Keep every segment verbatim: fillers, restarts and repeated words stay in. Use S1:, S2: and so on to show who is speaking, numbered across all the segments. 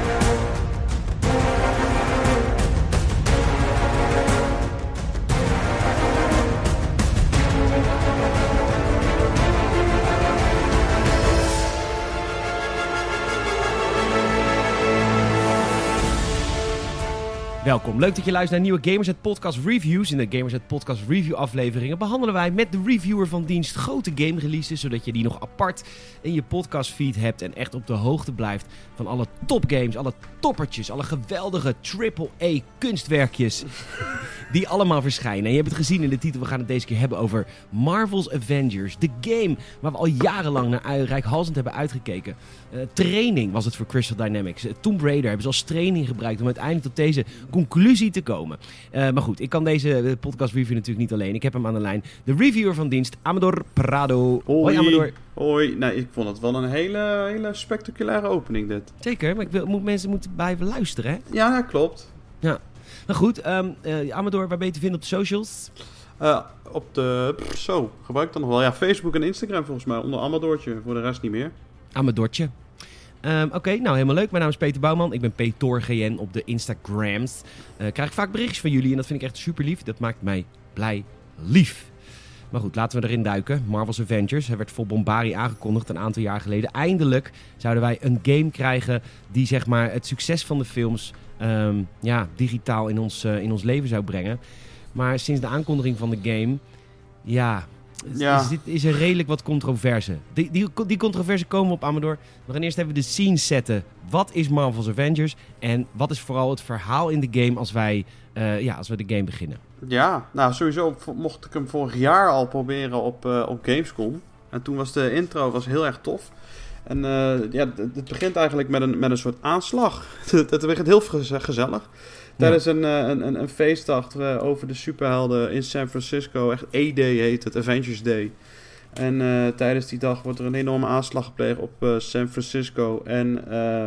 S1: Welkom, leuk dat je luistert naar nieuwe Gamersnet Podcast Reviews. In de Gamersnet Podcast Review afleveringen behandelen wij met de reviewer van dienst grote game releases, zodat je die nog apart in je podcast feed hebt en echt op de hoogte blijft van alle topgames, alle toppertjes, alle geweldige triple A kunstwerkjes die allemaal verschijnen. En je hebt het gezien in de titel, we gaan het deze keer hebben over Marvel's Avengers, de game waar we al jarenlang naar reikhalzend hebben uitgekeken. Uh, training was het voor Crystal Dynamics. Uh, Tomb Raider hebben ze als training gebruikt om uiteindelijk tot deze conclusie te komen. Uh, maar goed, ik kan deze podcast review natuurlijk niet alleen. Ik heb hem aan de lijn. De reviewer van dienst, Amador Prado.
S2: Hoi,
S1: Hoi Amador.
S2: Hoi. Nee, ik vond het wel een hele, hele spectaculaire opening dit.
S1: Zeker, maar ik wil, moet, mensen moeten blijven luisteren, hè?
S2: Ja, dat klopt.
S1: Ja. Nou goed, um, uh, Amador, waar ben je te vinden op de socials?
S2: Uh, op de... Pff, zo, gebruik ik dan nog wel. Ja, Facebook en Instagram volgens mij. Onder Amadortje, voor de rest niet meer.
S1: Amadortje. Um, Oké, okay, nou helemaal leuk. Mijn naam is Peter Bouwman. Ik ben PetorGN op de Instagrams. Uh, krijg ik vaak berichtjes van jullie en dat vind ik echt super lief. Dat maakt mij blij lief. Maar goed, laten we erin duiken. Marvel's Avengers. Hij werd vol bombarie aangekondigd een aantal jaar geleden. Eindelijk zouden wij een game krijgen die zeg maar het succes van de films um, ja, digitaal in ons, uh, in ons leven zou brengen. Maar sinds de aankondiging van de game, ja...
S2: Ja.
S1: Is, dit, is er redelijk wat controverse. Die, die, die controverse komen we op, Amador. We gaan eerst even de scene zetten. Wat is Marvel's Avengers? En wat is vooral het verhaal in de game als wij, uh, ja, als we de game beginnen?
S2: Ja, nou sowieso mocht ik hem vorig jaar al proberen op, uh, op Gamescom. En toen was de intro was heel erg tof. En uh, ja, het begint eigenlijk met een, met een soort aanslag. Het begint heel gezellig. Tijdens ja. een, een, een, een feestdag over de superhelden in San Francisco. Echt A-Day heet het, Avengers Day. En uh, tijdens die dag wordt er een enorme aanslag gepleegd op uh, San Francisco. En uh,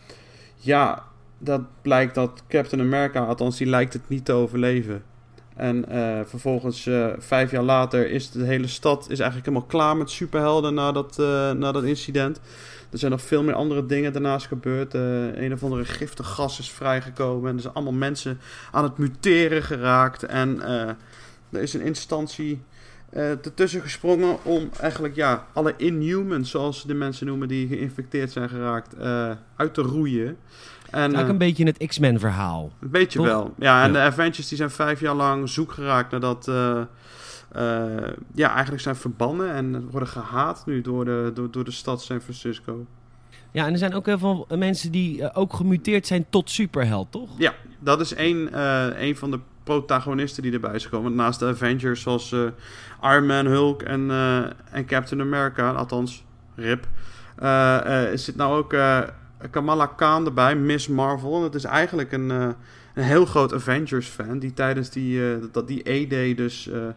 S2: ja, dat blijkt dat Captain America, althans die lijkt het niet te overleven. En uh, vervolgens, uh, vijf jaar later, is de hele stad is eigenlijk helemaal klaar met superhelden na dat, uh, na dat incident. Er zijn nog veel meer andere dingen daarnaast gebeurd. Uh, een of andere giftig gas is vrijgekomen. En er zijn allemaal mensen aan het muteren geraakt. En uh, er is een instantie uh, ertussen gesprongen om eigenlijk ja, alle Inhumans, zoals de mensen noemen die geïnfecteerd zijn geraakt, uh, uit te roeien. En,
S1: het is ook een beetje het X-Men verhaal.
S2: Een beetje toch? Wel. Ja, en ja. De Avengers die zijn vijf jaar lang zoek geraakt nadat... Uh, Uh, ja, eigenlijk zijn verbannen en worden gehaat nu door de, door, door de stad San Francisco.
S1: Ja, en er zijn ook heel veel mensen die uh, ook gemuteerd zijn tot superheld, toch?
S2: Ja, dat is één, uh, één van de protagonisten die erbij is gekomen. Naast de Avengers zoals uh, Iron Man, Hulk en, uh, en Captain America, althans Rip. Uh, uh, zit nou ook uh, Kamala Khan erbij, Miss Marvel. En het is eigenlijk een, uh, een heel groot Avengers-fan die tijdens die, uh, dat die A-Day dus... Uh,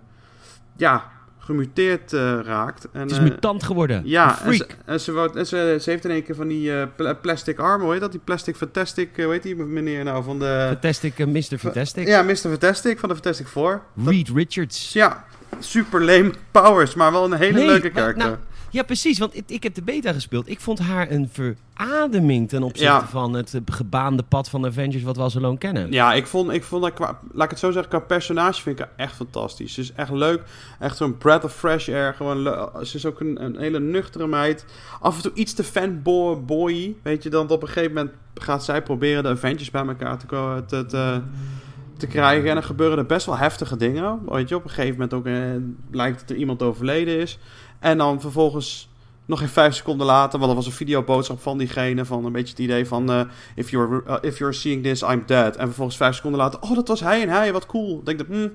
S2: Ja, gemuteerd uh, raakt. En,
S1: het is
S2: uh,
S1: mutant geworden.
S2: Ja, en, ze, en, ze, en ze, ze heeft in één keer van die uh, plastic arm, hoe heet dat? Die plastic Fantastic, uh, hoe heet die meneer nou? Van de...
S1: Fantastic, uh, mister Fantastic.
S2: Ja, mister Fantastic van de Fantastic Four.
S1: Reed
S2: dat,
S1: Richards.
S2: Ja, super lame powers, maar wel een hele
S1: nee,
S2: leuke karakter.
S1: Nou, ja, precies, want ik, ik heb de beta gespeeld. Ik vond haar een verademing ten opzichte ja. van het gebaande pad van de Avengers wat we al zo lang kennen.
S2: Ja, ik vond, ik vond dat qua, laat ik het zo zeggen, qua personage vind ik haar echt fantastisch. Ze is echt leuk, echt zo'n breath of fresh air. Gewoon le- ze is ook een, een hele nuchtere meid. Af en toe iets te fanboy, weet je, dan op een gegeven moment gaat zij proberen de Avengers bij elkaar te, te, te, te krijgen. En dan gebeuren er best wel heftige dingen. Weet je, op een gegeven moment ook eh, blijkt dat er iemand overleden is. En dan vervolgens, nog geen vijf seconden later, want er was een videoboodschap van diegene, van een beetje het idee van, uh, if, you're, uh, if you're seeing this, I'm dead. En vervolgens vijf seconden later, oh, dat was hij en hij, wat cool. Dan denk ik, hmm.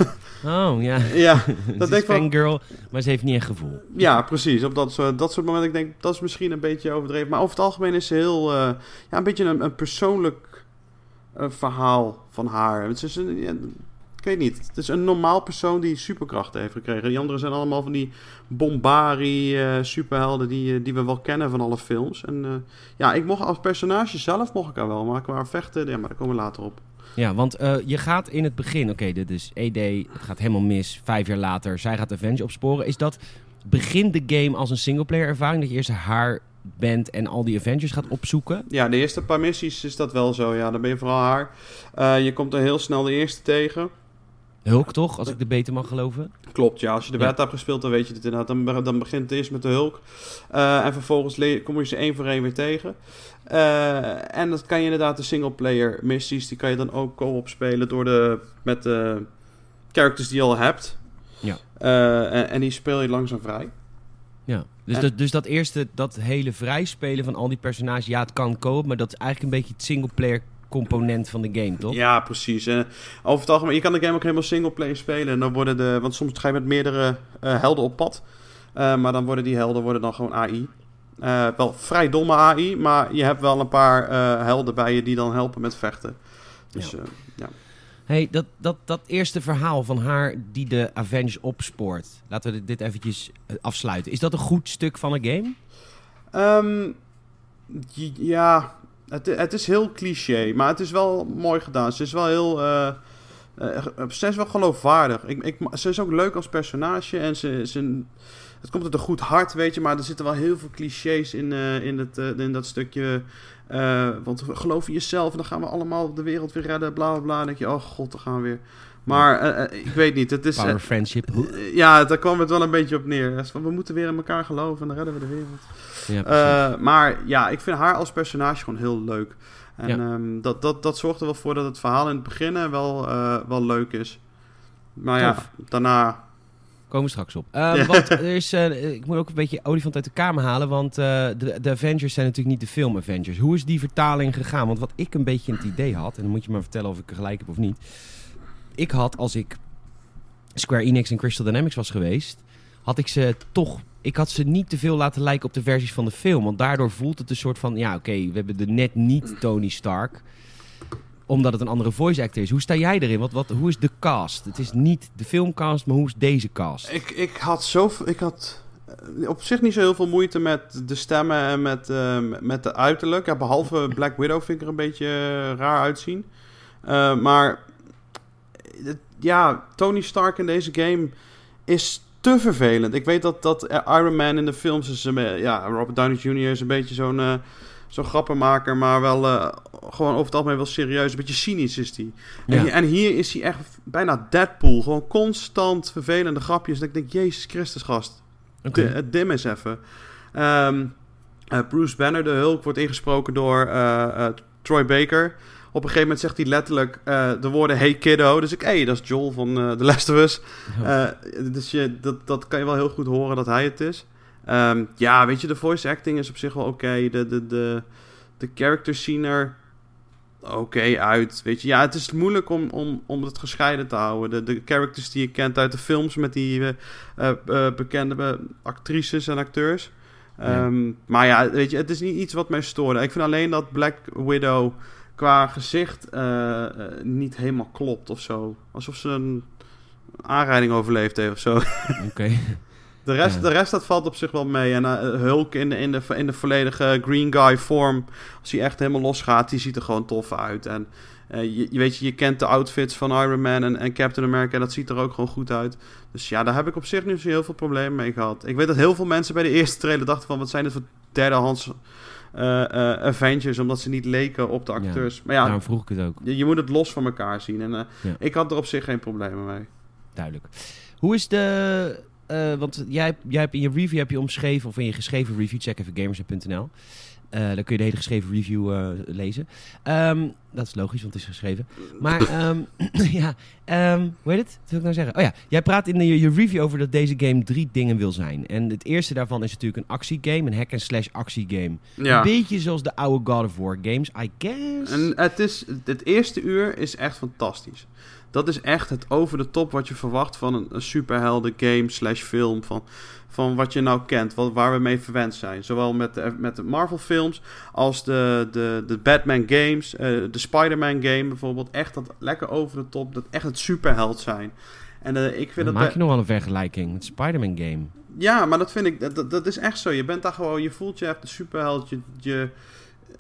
S1: Oh, ja.
S2: Ja,
S1: dat denk ik van... fangirl, maar ze heeft niet echt gevoel.
S2: Ja, precies. Op dat soort, dat soort momenten, ik denk, dat is misschien een beetje overdreven. Maar over het algemeen is ze heel, uh, ja, een beetje een, een persoonlijk uh, verhaal van haar. Het is een... Ja, ik weet niet. Het is een normaal persoon die superkrachten heeft gekregen. Die anderen zijn allemaal van die bombari uh, superhelden die, uh, die we wel kennen van alle films. En uh, ja, ik mocht als personage zelf mocht ik haar wel, maar qua vechten, ja, maar daar komen we later op.
S1: Ja, want uh, je gaat in het begin, oké, okay, dit is A-Day, het gaat helemaal mis. Vijf jaar later, zij gaat Avengers opsporen. Is dat begin de game als een singleplayer ervaring? Dat je eerst haar bent en al die Avengers gaat opzoeken.
S2: Ja, de eerste paar missies is dat wel zo. Ja, dan ben je vooral haar. Uh, je komt er heel snel de eerste tegen.
S1: Hulk toch, als ik de beta mag geloven?
S2: Klopt, ja. Als je de beta ja. hebt gespeeld, dan weet je het inderdaad. Dan, dan begint het eerst met de Hulk. Uh, en vervolgens le- kom je ze één voor één weer tegen. Uh, en dat kan je inderdaad de singleplayer missies, die kan je dan ook co-op spelen door de, met de characters die je al hebt.
S1: Ja.
S2: Uh, en, en die speel je langzaam vrij.
S1: Ja, dus,
S2: en,
S1: dat, dus dat eerste, dat hele vrijspelen van al die personages, ja, het kan co-op, maar dat is eigenlijk een beetje het singleplayer component van de game, toch?
S2: Ja, precies. Uh, over het algemeen, je kan de game ook helemaal singleplayer spelen. En dan worden de, want soms ga je met meerdere uh, helden op pad. Uh, maar dan worden die helden worden dan gewoon A I. Uh, wel vrij domme A I, maar je hebt wel een paar uh, helden bij je die dan helpen met vechten. Dus ja. Uh, ja.
S1: Hey, dat, dat, dat eerste verhaal van haar die de Avengers opspoort. Laten we dit eventjes afsluiten. Is dat een goed stuk van een game?
S2: Um, ja, het, het is heel cliché, maar het is wel mooi gedaan. Ze is wel heel... Uh, uh, ze is wel geloofwaardig. Ik, ik, ze is ook leuk als personage en ze... ze het komt uit een goed hart, weet je, maar er zitten wel heel veel clichés in, uh, in, het, uh, in dat stukje. Uh, want geloof in jezelf en dan gaan we allemaal de wereld weer redden, bla bla bla. Dan denk je, oh god, dan gaan we weer. Maar uh, uh, ik weet niet, het is...
S1: Power
S2: uh,
S1: friendship.
S2: Uh, ja, daar kwam het wel een beetje op neer. Dus van, we moeten weer in elkaar geloven en dan redden we de wereld.
S1: Ja,
S2: uh, maar ja, ik vind haar als personage gewoon heel leuk. En
S1: ja.
S2: um, dat, dat, dat zorgt er wel voor dat het verhaal in het begin wel, uh, wel leuk is. Maar Tof. ja, daarna...
S1: Komen we straks op. Uh, ja. Want er is, uh, ik moet ook een beetje olifant uit de kamer halen. Want uh, de, de Avengers zijn natuurlijk niet de film Avengers. Hoe is die vertaling gegaan? Want wat ik een beetje het idee had... en dan moet je maar vertellen of ik gelijk heb of niet. Ik had, als ik Square Enix en Crystal Dynamics was geweest... had ik ze toch... Ik had ze niet te veel laten lijken op de versies van de film. Want daardoor voelt het een soort van... Ja, oké, okay, we hebben de net niet Tony Stark... omdat het een andere voice actor is. Hoe sta jij erin? Wat, wat, hoe is de cast? Het is niet de filmcast, maar hoe is deze cast?
S2: Ik, ik had zoveel... Ik had op zich niet zo heel veel moeite met de stemmen en met, uh, met de uiterlijk. Ja, behalve Black Widow vind ik er een beetje uh, raar uitzien. Uh, maar... Het, ja, Tony Stark in deze game is te vervelend. Ik weet dat, dat Iron Man in de films is... Een, ja, Robert Downey junior is een beetje zo'n... Uh, Zo'n grappenmaker, maar wel uh, gewoon over het algemeen wel serieus. Een beetje cynisch is hij. Ja. En, en hier is hij echt bijna Deadpool. Gewoon constant vervelende grapjes. Dat ik denk, Jezus Christus, gast. Okay. Het dim is even. Um, uh, Bruce Banner, de Hulk, wordt ingesproken door uh, uh, Troy Baker. Op een gegeven moment zegt hij letterlijk uh, de woorden hey kiddo. Dus ik, hé, hey, dat is Joel van uh, The Last of Us. Uh, dus je, dat, dat kan je wel heel goed horen dat hij het is. Um, ja, weet je, de voice acting is op zich wel oké. Okay. De, de, de, de characters zien er oké okay uit. Weet je, ja, het is moeilijk om, om, om het gescheiden te houden. De, de characters die je kent uit de films met die uh, uh, bekende actrices en acteurs. Um, ja. Maar ja, weet je, het is niet iets wat mij stoorde. Ik vind alleen dat Black Widow qua gezicht uh, uh, niet helemaal klopt of zo. Alsof ze een aanrijding overleefd heeft of zo. Oké.
S1: Okay.
S2: De rest, ja. de rest dat valt op zich wel mee. En uh, Hulk in de, in, de, in de volledige green guy vorm, als hij echt helemaal losgaat, die ziet er gewoon tof uit. En uh, je, je weet je, je kent de outfits van Iron Man en, en Captain America, dat ziet er ook gewoon goed uit. Dus ja, daar heb ik op zich niet zo heel veel problemen mee gehad. Ik weet dat heel veel mensen bij de eerste trailer dachten van, wat zijn dit voor derdehands uh, uh, Avengers, omdat ze niet leken op de acteurs.
S1: Ja,
S2: maar ja,
S1: daarom vroeg ik het ook.
S2: Je, je moet het los van elkaar zien. En uh, ja. ik had er op zich geen problemen mee.
S1: Duidelijk. Hoe is de... Uh, want jij, jij hebt in je review heb je omschreven, of in je geschreven review, check even gamersnet punt n l. Uh, daar kun je de hele geschreven review uh, lezen. Um, dat is logisch, want het is geschreven. Maar, um, ja, um, hoe heet het? Wat wil ik nou zeggen? Oh ja, jij praat in je, je review over dat deze game drie dingen wil zijn. En het eerste daarvan is natuurlijk een actiegame, een hack-and-slash actiegame. Ja. Een beetje zoals de oude God of War games, I guess.
S2: En het, is, het eerste uur is echt fantastisch. Dat is echt het over de top wat je verwacht van een, een superhelden game slash film. Van, van wat je nou kent, wat, waar we mee verwend zijn. Zowel met de, met de Marvel films als de, de, de Batman games. Uh, de Spider-Man game bijvoorbeeld. Echt dat lekker over de top. Dat echt het superheld zijn. En uh, ik vind
S1: Dan
S2: dat...
S1: maak je nog wel een vergelijking met Spider-Man game.
S2: Ja, maar dat vind ik... Dat, dat is echt zo. Je bent daar gewoon... Je voelt je echt de superheld. Je... je uh,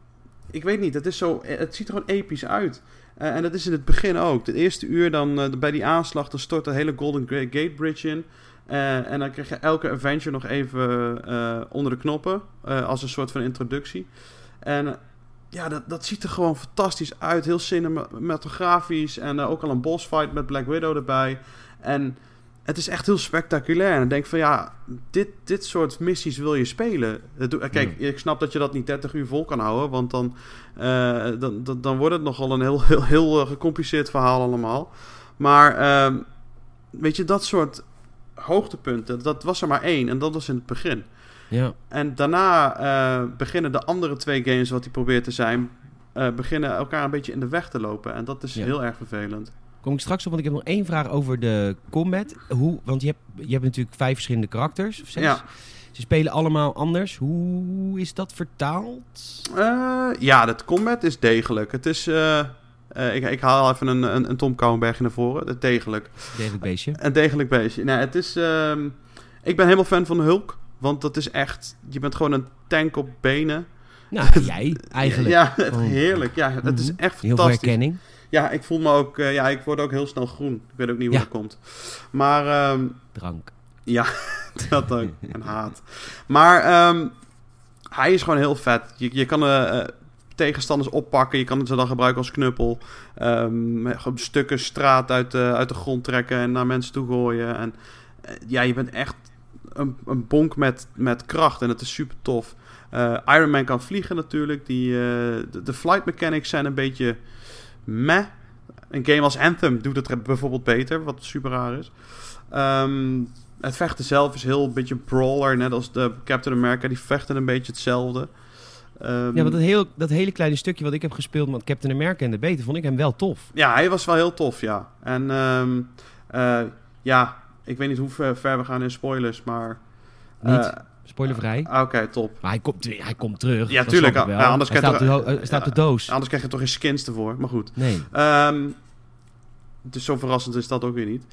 S2: ik weet niet. Het is zo... Het ziet er gewoon episch uit. Uh, en dat is in het begin ook. Het eerste uur dan uh, bij die aanslag, dan stort de hele Golden Gate Bridge in. Uh, en dan krijg je elke adventure nog even uh, onder de knoppen. Uh, als een soort van introductie. En uh, ja, dat, dat ziet er gewoon fantastisch uit. Heel cinematografisch. En uh, ook al een boss fight met Black Widow erbij. En het is echt heel spectaculair. En ik denk van ja, dit, dit soort missies wil je spelen. Kijk, ja. Ik snap dat je dat niet dertig uur vol kan houden. Want dan, uh, dan, dan, dan wordt het nogal een heel, heel, heel gecompliceerd verhaal allemaal. Maar uh, weet je, dat soort hoogtepunten, dat was er maar één. En dat was in het begin.
S1: Ja.
S2: En daarna uh, beginnen de andere twee games wat hij probeert te zijn, uh, beginnen elkaar een beetje in de weg te lopen. En dat is ja. heel erg vervelend.
S1: Kom ik straks op, want ik heb nog één vraag over de combat. Hoe, want je hebt, je hebt natuurlijk vijf verschillende karakters, of zes. Ja. Ze spelen allemaal anders. Hoe is dat vertaald?
S2: Uh, ja, het combat is degelijk. Het is... Uh, uh, ik, ik haal even een, een, een Tom Kouwenberg naar voren. Het degelijk.
S1: Degelijk beestje.
S2: Een degelijk beestje. Nee, het is... Uh, ik ben helemaal fan van Hulk. Want dat is echt... Je bent gewoon een tank op benen.
S1: Nou, jij eigenlijk.
S2: Ja, het, heerlijk. Ja, het mm-hmm. is echt fantastisch.
S1: Heel veel herkenning.
S2: Ja, ik voel me ook... Uh, ja, ik word ook heel snel groen. Ik weet ook niet hoe ja. dat komt. Maar... Um,
S1: Drank.
S2: Ja, dat ook. En haat. Maar um, hij is gewoon heel vet. Je, je kan uh, tegenstanders oppakken. Je kan ze dan gebruiken als knuppel. Um, stukken straat uit de, uit de grond trekken en naar mensen toe gooien. En uh, ja, je bent echt een, een bonk met, met kracht. En dat is super tof. Uh, Iron Man kan vliegen natuurlijk. Die, uh, de, de flight mechanics zijn een beetje... meh. Een game als Anthem doet het bijvoorbeeld beter, wat super raar is. Um, het vechten zelf is heel een beetje een brawler, net als de Captain America. Die vechten een beetje hetzelfde. Um,
S1: ja, want dat, heel, dat hele kleine stukje wat ik heb gespeeld met Captain America en de beta, vond ik hem wel tof.
S2: Ja, hij was wel heel tof, ja. En um, uh, ja, ik weet niet hoe ver, ver we gaan in spoilers, maar...
S1: Niet? Uh, Spoilervrij.
S2: Uh, Oké, okay, top.
S1: Maar hij komt, hij komt terug.
S2: Ja, tuurlijk.
S1: Ja,
S2: ja, anders
S1: hij staat, er, de, staat de doos.
S2: Anders krijg je toch geen skins ervoor. Maar goed.
S1: Nee.
S2: Um, dus zo verrassend is dat ook weer niet.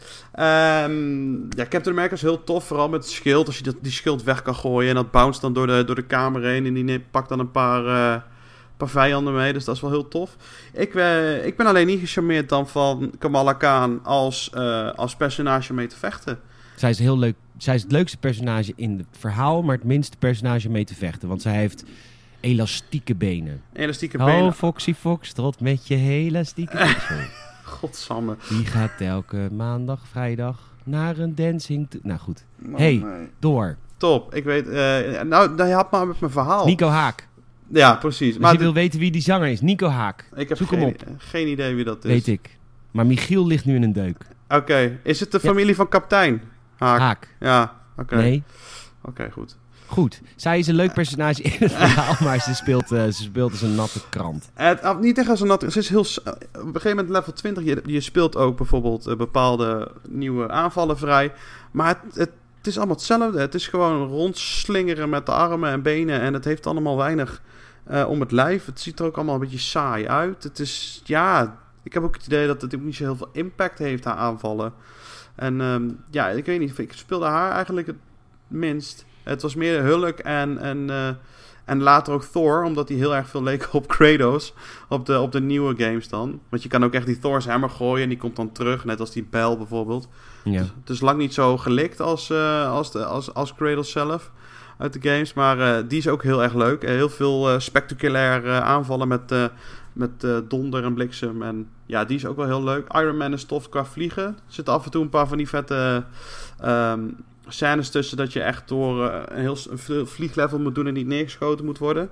S2: Um, ja, Captain America is heel tof. Vooral met het schild. Als je dat, die schild weg kan gooien. En dat bounce dan door de, door de kamer heen. En die pakt dan een paar, uh, paar vijanden mee. Dus dat is wel heel tof. Ik, uh, ik ben alleen niet gecharmeerd dan van Kamala Khan als, uh, als personage mee te vechten.
S1: Zij is heel leuk. Zij is het leukste personage in het verhaal, maar het minste personage mee te vechten. Want zij heeft elastieke benen.
S2: Elastieke
S1: oh,
S2: benen.
S1: Oh, Foxy Fox, trot met je elastieke benen.
S2: Godsamme.
S1: Die gaat elke maandag, vrijdag naar een dancing... To- nou goed. Man, hey, nee. door.
S2: Top. Ik weet... Uh, nou, je had maar met mijn verhaal.
S1: Nico Haak.
S2: Ja, precies.
S1: Dus maar je d- wil weten wie die zanger is. Nico Haak.
S2: Ik heb
S1: Zoek
S2: geen,
S1: hem op.
S2: Geen idee wie dat is.
S1: Weet ik. Maar Michiel ligt nu in een deuk.
S2: Oké. Okay. Is het de familie ja. van kapitein? Haak.
S1: Haak.
S2: Ja, oké. Okay.
S1: Nee.
S2: Oké, okay, goed.
S1: Goed. Zij is een leuk personage in het verhaal, maar ze speelt, uh, ze speelt als een natte krant.
S2: Het, niet echt als een natte... Ze is heel... Op een gegeven moment level twintig, je, je speelt ook bijvoorbeeld uh, bepaalde nieuwe aanvallen vrij. Maar het, het, het is allemaal hetzelfde. Het is gewoon rondslingeren met de armen en benen. En het heeft allemaal weinig uh, om het lijf. Het ziet er ook allemaal een beetje saai uit. Het is... Ja... Ik heb ook het idee dat het ook niet zo heel veel impact heeft, haar aanvallen. En um, ja, ik weet niet, ik speelde haar eigenlijk het minst. Het was meer Hulk en, en, uh, en later ook Thor, omdat hij heel erg veel leek op Kratos op de, op de nieuwe games dan. Want je kan ook echt die Thor's hammer gooien en die komt dan terug, net als die bijl bijvoorbeeld.
S1: Ja.
S2: Dus het is lang niet zo gelikt als, uh, als, de, als, als Kratos zelf uit de games, maar uh, die is ook heel erg leuk. Heel veel uh, spectaculair uh, aanvallen met... Uh, Met uh, donder en bliksem. En ja, die is ook wel heel leuk. Iron Man is tof qua vliegen. Er zitten af en toe een paar van die vette uh, um, scènes tussen... dat je echt door uh, een heel een vlieglevel moet doen... en niet neergeschoten moet worden.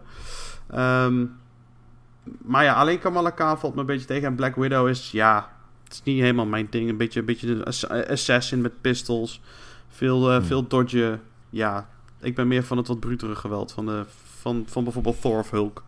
S2: Um, maar ja, alleen Kamala Khan valt me een beetje tegen. En Black Widow is, ja... het is niet helemaal mijn ding. Een beetje, een beetje een assassin met pistols. Veel, uh, hmm. veel dodgen. Ja, ik ben meer van het wat brutere geweld... van, de, van, van bijvoorbeeld Thor of Hulk.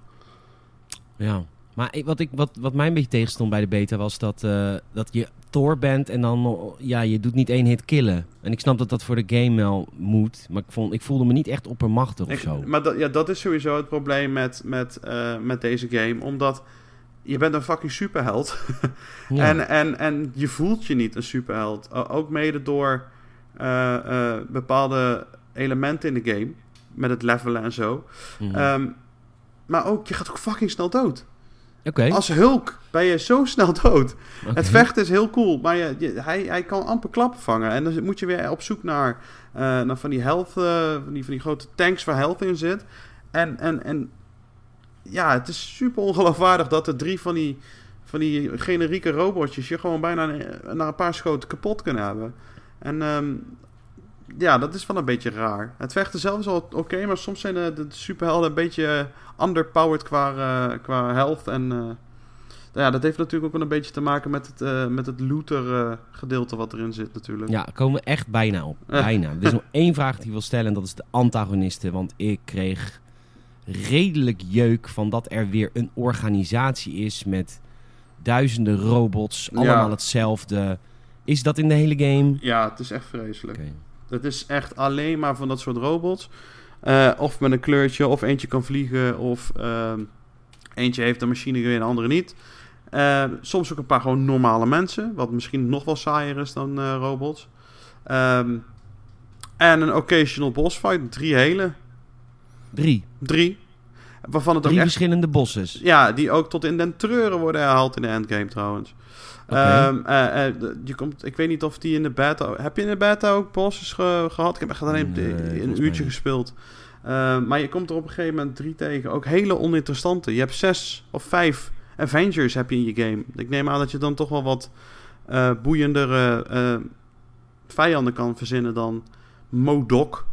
S1: Ja... Maar ik, wat, ik, wat, wat mij een beetje tegenstond bij de beta was dat, uh, dat je Thor bent en dan, ja, je doet niet één hit killen. En ik snap dat dat voor de game wel moet, maar ik, vond, ik voelde me niet echt oppermachtig of zo.
S2: Maar dat, ja, dat is sowieso het probleem met, met, uh, met deze game, omdat je bent een fucking superheld. ja. en, en, en je voelt je niet een superheld. Ook mede door uh, uh, bepaalde elementen in de game, met het levelen en zo. Mm-hmm. Um, maar ook, je gaat ook fucking snel dood.
S1: Okay.
S2: Als Hulk ben je zo snel dood.
S1: Okay.
S2: Het vechten is heel cool, maar je, je, hij, hij kan amper klappen vangen. En dan moet je weer op zoek naar, uh, naar van die health, uh, van, die, van die grote tanks waar health in zit. En, en, en ja, het is super ongeloofwaardig dat er drie van die, van die generieke robotjes je gewoon bijna na een paar schoten kapot kunnen hebben. En um, ja, dat is wel een beetje raar. Het vechten zelf is al oké, okay, maar soms zijn de, de superhelden een beetje underpowered qua, uh, qua health. En uh, ja, dat heeft natuurlijk ook wel een beetje te maken met het, uh, met het looter uh, gedeelte wat erin zit natuurlijk.
S1: Ja, komen we echt bijna op. Bijna. Er is nog één vraag die ik wil stellen en dat is de antagonisten. Want ik kreeg redelijk jeuk van dat er weer een organisatie is met duizenden robots, allemaal ja. hetzelfde. Is dat in de hele game?
S2: Ja, het is echt vreselijk.
S1: Okay.
S2: Het is echt alleen maar van dat soort robots. Uh, of met een kleurtje, of eentje kan vliegen, of uh, eentje heeft een machine weer en de andere niet. Uh, soms ook een paar gewoon normale mensen, wat misschien nog wel saaier is dan uh, robots. Um, en een occasional boss fight, drie hele.
S1: Drie?
S2: Drie. Waarvan het
S1: drie
S2: ook echt,
S1: verschillende bosses?
S2: Ja, die ook tot in den treuren worden herhaald in de endgame trouwens. Okay. Um, uh, uh, je komt, ik weet niet of die in de beta... Heb je in de beta ook bosses ge, gehad? Ik heb echt alleen nee, een uurtje gespeeld. Uh, maar je komt er op een gegeven moment drie tegen. Ook hele oninteressante. Je hebt zes of vijf Avengers heb je in je game. Ik neem aan dat je dan toch wel wat uh, boeiendere uh, vijanden kan verzinnen dan MODOK.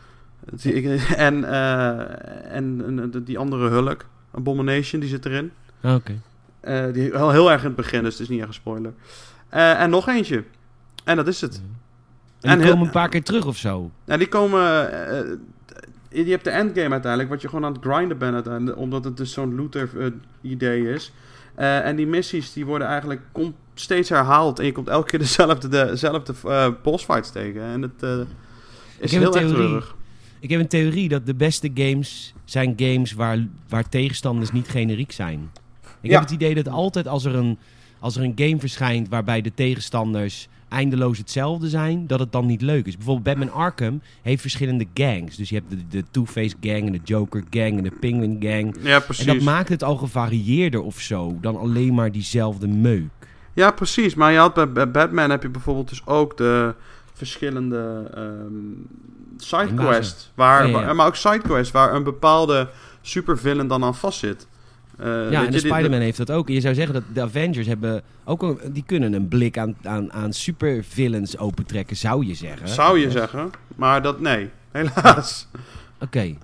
S2: En, uh, en, en die andere Hulk. Abomination, die zit erin.
S1: Oké. Okay.
S2: Uh, die heel, heel erg in het begin, dus het is niet echt een spoiler. Uh, en nog eentje. En dat is het.
S1: En die en komen heel, een paar keer terug of zo?
S2: Ja, die komen... Uh, je hebt de endgame uiteindelijk, wat je gewoon aan het grinden bent uiteindelijk, omdat het dus zo'n looter-idee uh, is. Uh, en die missies, die worden eigenlijk kom, steeds herhaald. En je komt elke keer dezelfde, dezelfde uh, bossfights tegen. En het uh, is heel erg treurig.
S1: Ik heb een theorie dat de beste games zijn games waar, waar tegenstanders niet generiek zijn. Ik ja. heb het idee dat altijd als er, een, als er een game verschijnt waarbij de tegenstanders eindeloos hetzelfde zijn, dat het dan niet leuk is. Bijvoorbeeld Batman Arkham heeft verschillende gangs. Dus je hebt de, de Two-Face gang en de Joker gang en de Penguin gang.
S2: Ja, precies.
S1: En dat maakt het al gevarieerder of zo dan alleen maar diezelfde meuk.
S2: Ja, precies. Maar je had bij, bij Batman heb je bijvoorbeeld dus ook de verschillende um, sidequests. Waar, ja, ja. waar, maar ook sidequests waar een bepaalde supervillain dan aan vastzit. Uh,
S1: ja, en de Spider-Man die, heeft dat ook. En je zou zeggen dat de Avengers hebben ook een, die kunnen een blik aan, aan, aan supervillains opentrekken, zou je zeggen.
S2: Zou je
S1: dus.
S2: zeggen, maar dat nee, helaas.
S1: Oké. Okay.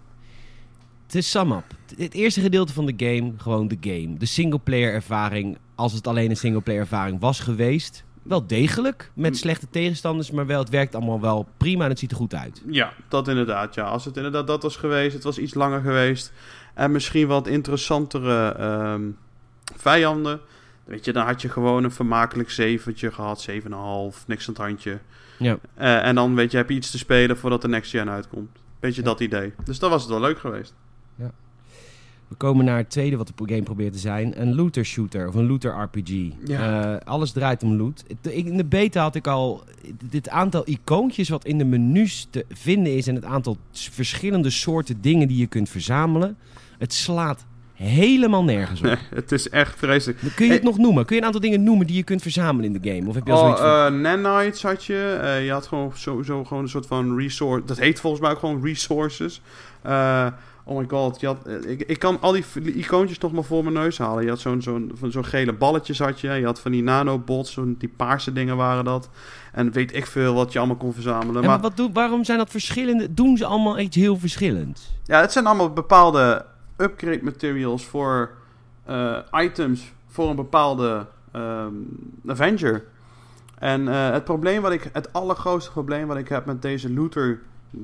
S1: To sum up. Het eerste gedeelte van de game, gewoon de game. De singleplayer ervaring, als het alleen een singleplayer ervaring was geweest, wel degelijk, met slechte tegenstanders, maar wel, het werkt allemaal wel prima en het ziet er goed uit.
S2: Ja, dat inderdaad, ja. Als het inderdaad dat was geweest, het was iets langer geweest en misschien wat interessantere um, vijanden, weet je, dan had je gewoon een vermakelijk zeventje gehad, zeven komma vijf, niks aan het handje. Ja. Uh, en dan, weet je, heb je iets te spelen voordat de next gen uitkomt. Beetje ja. dat idee. Dus dan was het wel leuk geweest.
S1: Ja. We komen naar het tweede wat de game probeert te zijn. Een looter shooter of een looter R P G. Ja. Uh, alles draait om loot. In de beta had ik al dit aantal icoontjes wat in de menus te vinden is en het aantal verschillende soorten dingen die je kunt verzamelen. Het slaat helemaal nergens op.
S2: Nee, het is echt vreselijk.
S1: Kun je het hey. nog noemen? Kun je een aantal dingen noemen die je kunt verzamelen in de game? Of heb je al
S2: oh,
S1: zoiets van...
S2: uh, nanites had je. Uh, je had gewoon sowieso gewoon een soort van resource. Dat heet volgens mij ook gewoon resources. Uh, oh my god. Je had, uh, ik, ik kan al die icoontjes nog maar voor mijn neus halen. Je had zo'n zo'n, van zo'n gele balletjes had je. Je had van die nanobots. Zo'n, die paarse dingen waren dat. En weet ik veel wat je allemaal kon verzamelen.
S1: En
S2: maar
S1: wat doe, waarom zijn dat verschillende... Doen ze allemaal iets heel verschillends?
S2: Ja, het zijn allemaal bepaalde upgrade materials voor uh, items voor een bepaalde um, Avenger. En uh, het probleem wat ik, het allergrootste probleem wat ik heb met deze looter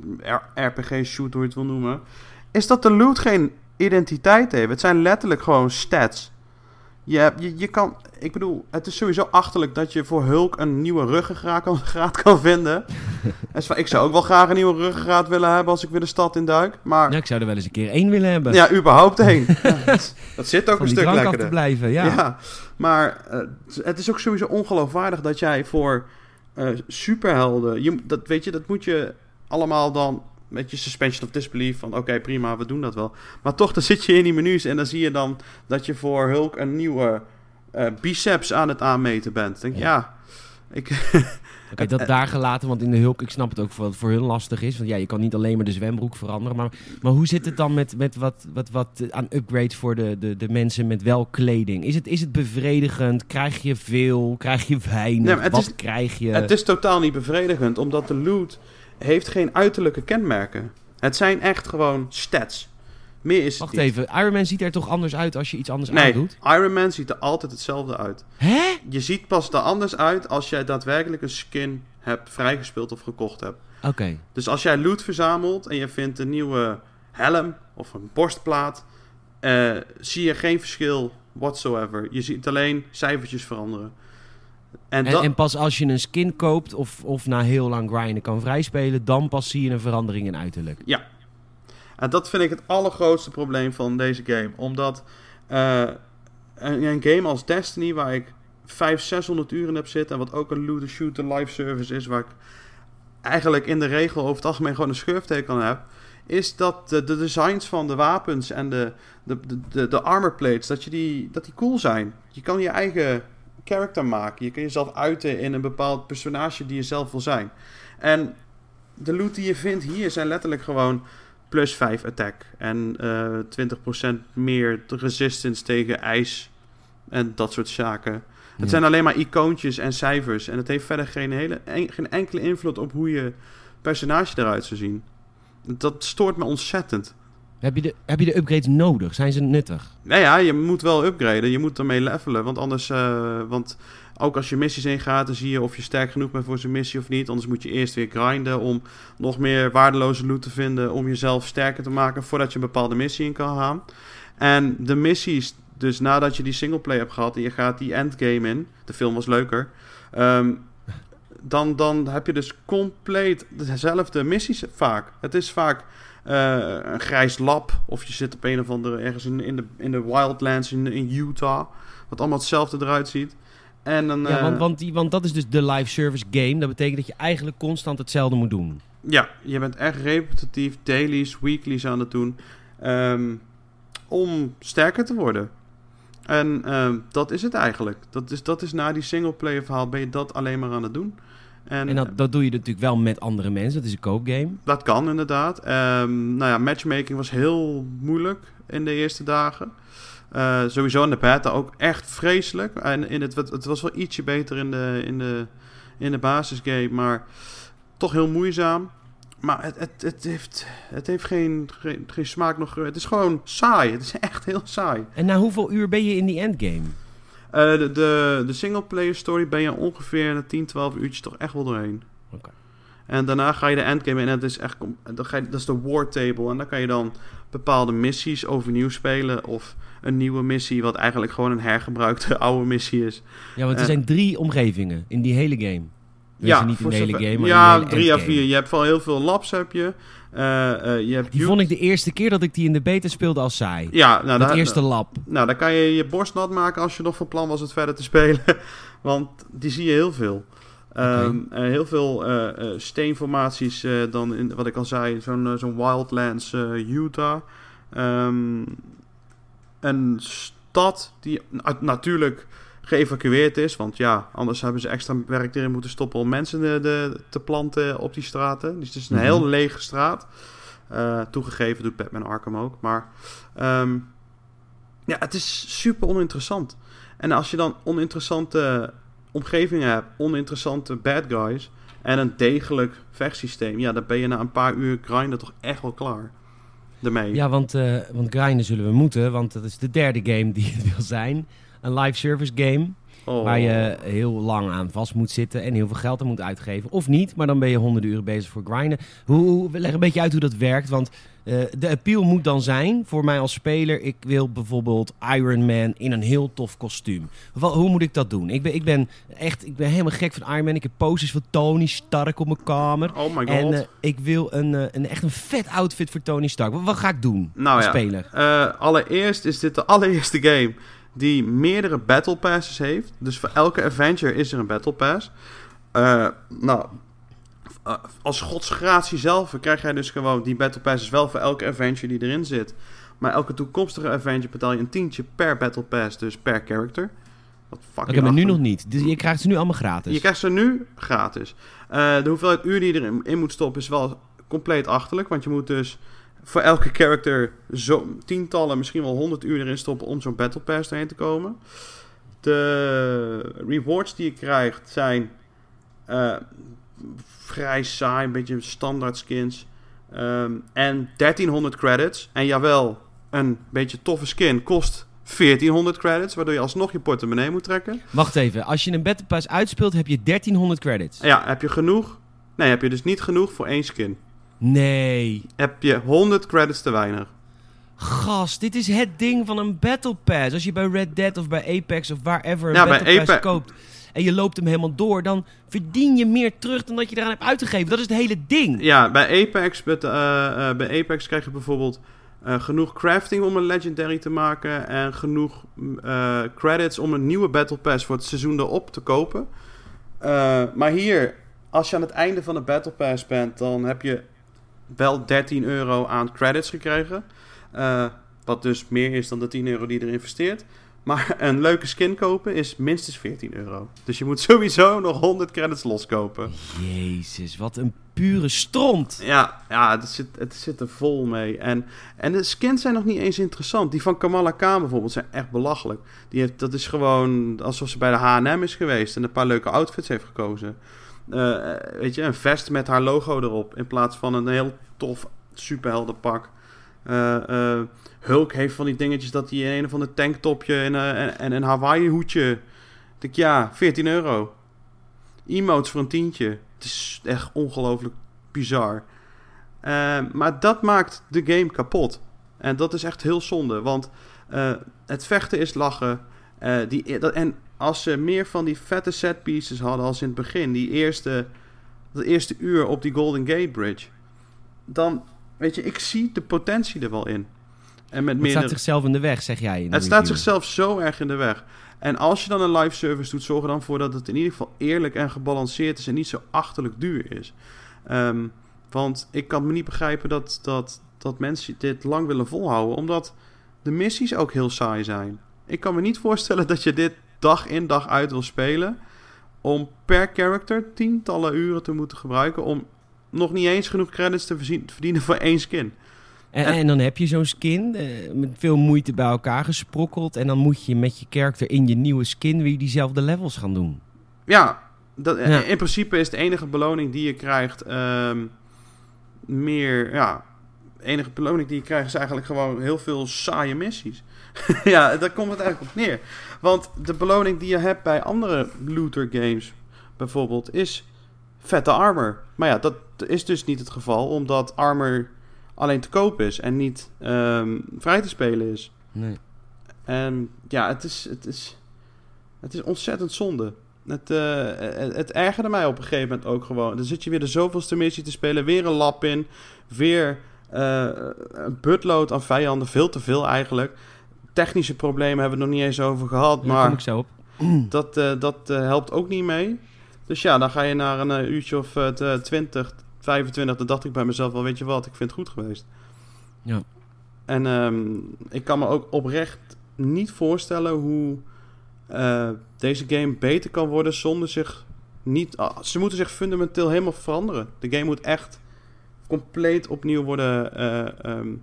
S2: R P G shoot, hoe je het wil noemen, is dat de loot geen identiteit heeft. Het zijn letterlijk gewoon stats. Je, hebt, je, je kan, ik bedoel, het is sowieso achterlijk dat je voor Hulk een nieuwe ruggengraat kan, kan vinden. Ik zou ook wel graag een nieuwe ruggengraat willen hebben als ik weer de stad in duik. Maar
S1: ja, ik zou er wel eens een keer één willen hebben.
S2: Ja, überhaupt één. Ja, dat, dat zit ook
S1: Van
S2: een stuk lekkerder.
S1: af te blijven, ja.
S2: ja maar uh, het is ook sowieso ongeloofwaardig dat jij voor uh, superhelden, je, dat weet je, dat moet je allemaal dan met je suspension of disbelief van oké, okay, prima, we doen dat wel. Maar toch, dan zit je in die menus en dan zie je dan dat je voor Hulk een nieuwe uh, biceps aan het aanmeten bent. Denk, ja. ja, ik...
S1: Oké, okay, dat daar gelaten, want in de Hulk, ik snap het ook wat het voor hun lastig is. Want ja, je kan niet alleen maar de zwembroek veranderen. Maar, maar hoe zit het dan met, met wat, wat, wat aan upgrades voor de, de, de mensen met wel kleding? Is het, is het bevredigend? Krijg je veel? Krijg je weinig? Nee, wat is, krijg je?
S2: Het is totaal niet bevredigend, omdat de loot heeft geen uiterlijke kenmerken. Het zijn echt gewoon stats. Meer is
S1: Wacht
S2: het niet.
S1: even, Iron Man ziet er toch anders uit als je iets anders
S2: nee,
S1: aandoet?
S2: Nee, Iron Man ziet er altijd hetzelfde uit.
S1: Hè?
S2: Je ziet pas er anders uit als jij daadwerkelijk een skin hebt vrijgespeeld of gekocht hebt.
S1: Oké. Okay.
S2: Dus als jij loot verzamelt en je vindt een nieuwe helm of een borstplaat, uh, zie je geen verschil whatsoever. Je ziet alleen cijfertjes veranderen.
S1: En, en, dat... en pas als je een skin koopt of, of na heel lang grinden kan vrijspelen, dan pas zie je een verandering in uiterlijk.
S2: Ja. En dat vind ik het allergrootste probleem van deze game. Omdat uh, een, een game als Destiny, waar ik vijfhonderd, zeshonderd uur in heb zitten, en wat ook een looter shooter live service is, waar ik eigenlijk in de regel over het algemeen gewoon een schurfteken aan heb, is dat de, de designs van de wapens en de, de, de, de, de armor plates, dat, je die, dat die cool zijn. Je kan je eigen character maken. Je kan jezelf uiten in een bepaald personage die je zelf wil zijn. En de loot die je vindt hier zijn letterlijk gewoon plus vijf attack. En uh, twintig procent meer resistance tegen ijs. En dat soort zaken. Ja. Het zijn alleen maar icoontjes en cijfers. En het heeft verder geen, hele, en, geen enkele invloed op hoe je personage eruit zou zien. Dat stoort me ontzettend.
S1: Heb je, de, heb je de upgrades nodig? Zijn ze nuttig?
S2: Nou ja, je moet wel upgraden. Je moet ermee levelen. Want anders... Uh, want ook als je missies ingaat, dan zie je of je sterk genoeg bent voor zo'n missie of niet. Anders moet je eerst weer grinden om nog meer waardeloze loot te vinden. Om jezelf sterker te maken voordat je een bepaalde missie in kan gaan. En de missies, dus nadat je die singleplay hebt gehad en je gaat die endgame in. De film was leuker. Um, dan, dan heb je dus compleet dezelfde missies vaak. Het is vaak... Uh, een grijs lab, of je zit op een of andere ergens in, in, de, in de wildlands in, in Utah, wat allemaal hetzelfde eruit ziet. En dan, uh,
S1: ja, want, want, die, want dat is dus de live service game. Dat betekent dat je eigenlijk constant hetzelfde moet doen.
S2: Ja, je bent echt repetitief dailies, weeklies aan het doen um, om sterker te worden. En um, dat is het eigenlijk. Dat is, dat is na die singleplayer verhaal ben je dat alleen maar aan het doen. En,
S1: en dat, dat doe je natuurlijk wel met andere mensen. Dat is een koopgame.
S2: Dat kan inderdaad. Um, nou ja, matchmaking was heel moeilijk in de eerste dagen. Uh, sowieso in de beta ook echt vreselijk. En in het, het was wel ietsje beter in de, in de, in de basisgame, maar toch heel moeizaam. Maar het, het, het heeft, het heeft geen, geen, geen smaak nog. Het is gewoon saai. Het is echt heel saai.
S1: En na hoeveel uur ben je in die endgame?
S2: Uh, de, de, de singleplayer story ben je ongeveer na tien, twaalf uurtjes toch echt wel doorheen.
S1: Okay.
S2: En daarna ga je de endgame in en dat is echt, dan ga je, dat is de war table. En dan kan je dan bepaalde missies overnieuw spelen of een nieuwe missie wat eigenlijk gewoon een hergebruikte oude missie is.
S1: Ja, want er uh, zijn drie omgevingen in die hele game. Dus
S2: ja,
S1: niet in de hele
S2: zover,
S1: game, maar
S2: ja,
S1: in de hele
S2: drie à vier. Je hebt wel heel veel labs, heb je. Uh, uh, je hebt
S1: die vond ik de eerste keer dat ik die in de beta speelde als saai.
S2: Ja, nou,
S1: het
S2: daar,
S1: eerste lab.
S2: Nou, dan kan je je borst nat maken als je nog van plan was het verder te spelen. Want die zie je heel veel. Okay. Um, uh, heel veel uh, uh, steenformaties, uh, dan in, wat ik al zei, zo'n, uh, zo'n Wildlands uh, Utah. Um, een stad die uh, natuurlijk geëvacueerd is, want ja, anders hebben ze extra werk erin moeten stoppen om mensen de, de, te planten op die straten. Dus het is een mm-hmm. heel lege straat. Uh, toegegeven doet Batman Arkham ook, maar um, ja, het is super oninteressant. En als je dan oninteressante omgevingen hebt, oninteressante bad guys en een degelijk vechtsysteem, ja, dan ben je na een paar uur grinden toch echt wel klaar ermee.
S1: Ja, want, uh, want grinden zullen we moeten, want dat is de derde game die het wil zijn. Een live service game, oh. waar je heel lang aan vast moet zitten en heel veel geld aan moet uitgeven. Of niet, maar dan ben je honderden uren bezig voor grinden. Hoe, hoe, leg een beetje uit hoe dat werkt, want uh, de appeal moet dan zijn, voor mij als speler, ik wil bijvoorbeeld Iron Man in een heel tof kostuum. Wat, hoe moet ik dat doen? Ik ben, ik ben echt, ik ben helemaal gek van Iron Man. Ik heb posters van Tony Stark op mijn kamer.
S2: Oh my god.
S1: En uh, ik wil een, uh, een echt een vet outfit voor Tony Stark. Wat, wat ga ik doen
S2: nou
S1: als
S2: ja,
S1: speler?
S2: Uh, allereerst is dit de allereerste game die meerdere battle passes heeft. Dus voor elke adventure is er een battle pass. Uh, nou, uh, als godsgratie zelf krijg jij dus gewoon die Battle Passes wel voor elke adventure die erin zit. Maar elke toekomstige adventure betaal je een tientje per Battle Pass, dus per character.
S1: Oké, okay, maar nu nog niet. Dus je krijgt ze nu allemaal gratis?
S2: Je krijgt ze nu gratis. Uh, de hoeveelheid uur die je erin in moet stoppen is wel compleet achterlijk. Want je moet dus voor elke character zo tientallen, misschien wel honderd uur erin stoppen om zo'n Battle Pass erheen te komen. De rewards die je krijgt zijn uh, vrij saai, een beetje standaard skins. Um, en dertienhonderd credits. En jawel, een beetje toffe skin kost veertienhonderd credits, waardoor je alsnog je portemonnee moet trekken.
S1: Wacht even, als je een Battle Pass uitspeelt, heb je dertienhonderd credits?
S2: Ja, heb je genoeg? Nee, heb je dus niet genoeg voor één skin.
S1: Nee.
S2: Heb je honderd credits te weinig.
S1: Gast, dit is het ding van een Battle Pass. Als je bij Red Dead of bij Apex of wherever een
S2: ja,
S1: Battle
S2: bij
S1: Pass
S2: Ape-
S1: koopt en je loopt hem helemaal door, dan verdien je meer terug dan dat je eraan hebt uitgegeven. Dat is het hele ding.
S2: Ja, bij Apex, met, uh, uh, bij Apex krijg je bijvoorbeeld uh, genoeg crafting om een legendary te maken en genoeg uh, credits om een nieuwe Battle Pass voor het seizoen erop te kopen. Uh, maar hier, als je aan het einde van de Battle Pass bent, dan heb je wel dertien euro aan credits gekregen. Uh, wat dus meer is dan de tien euro die je erin investeert. Maar een leuke skin kopen is minstens veertien euro. Dus je moet sowieso nog honderd credits loskopen.
S1: Jezus, wat een pure stront.
S2: Ja, ja het, zit, het zit er vol mee. En, en de skins zijn nog niet eens interessant. Die van Kamala Khan bijvoorbeeld zijn echt belachelijk. Die heeft, dat is gewoon alsof ze bij de H en M is geweest en een paar leuke outfits heeft gekozen. Uh, weet je, een vest met haar logo erop in plaats van een heel tof superheldenpak. Uh, uh, Hulk heeft van die dingetjes dat hij een of ander tanktopje en, uh, en, en een Hawaii hoedje. Ik denk, ja, veertien euro. Emotes voor een tientje. Het is echt ongelooflijk bizar. Uh, maar dat maakt de game kapot. En dat is echt heel zonde. Want uh, het vechten is lachen. Uh, die, dat, en als ze meer van die vette set pieces hadden als in het begin. Die eerste, dat eerste uur op die Golden Gate Bridge. Dan, weet je, ik zie de potentie er wel in. En met
S1: het
S2: meer
S1: staat zichzelf in de weg, zeg jij. In de
S2: het staat
S1: review.
S2: zichzelf zo erg in de weg. En als je dan een live service doet, zorg er dan voor dat het in ieder geval eerlijk en gebalanceerd is en niet zo achterlijk duur is. Um, want ik kan me niet begrijpen dat, dat, dat mensen dit lang willen volhouden, omdat de missies ook heel saai zijn. Ik kan me niet voorstellen dat je dit dag in dag uit wil spelen om per character tientallen uren te moeten gebruiken om nog niet eens genoeg credits te verdienen voor één skin.
S1: En, en dan heb je zo'n skin uh, met veel moeite bij elkaar gesprokkeld. En dan moet je met je character in je nieuwe skin weer diezelfde levels gaan doen.
S2: Ja, dat,
S1: ja.
S2: in principe is de enige beloning die je krijgt um, meer... Ja, de enige beloning die je krijgt is eigenlijk gewoon heel veel saaie missies. Ja, daar komt het eigenlijk op neer. Want de beloning die je hebt bij andere looter games bijvoorbeeld is vette armor. Maar ja, dat is dus niet het geval, omdat armor alleen te koop is en niet um, vrij te spelen is.
S1: Nee.
S2: En ja, het is, het is, het is ontzettend zonde. Het, uh, het, het ergerde mij op een gegeven moment ook gewoon. Dan zit je weer de zoveelste missie te spelen, weer een lab in, weer uh, een buttload aan vijanden, veel te veel eigenlijk. Technische problemen hebben we het nog niet eens over gehad,
S1: Daar
S2: maar
S1: kom ik zo op.
S2: dat, uh, dat uh, helpt ook niet mee. Dus ja, dan ga je naar een uh, uurtje of uh, twintig, vijfentwintig, dan dacht ik bij mezelf wel, weet je wat, ik vind het goed geweest.
S1: Ja.
S2: En um, ik kan me ook oprecht niet voorstellen hoe uh, deze game beter kan worden zonder zich niet... Uh, ze moeten zich fundamenteel helemaal veranderen. De game moet echt compleet opnieuw worden... Uh, um,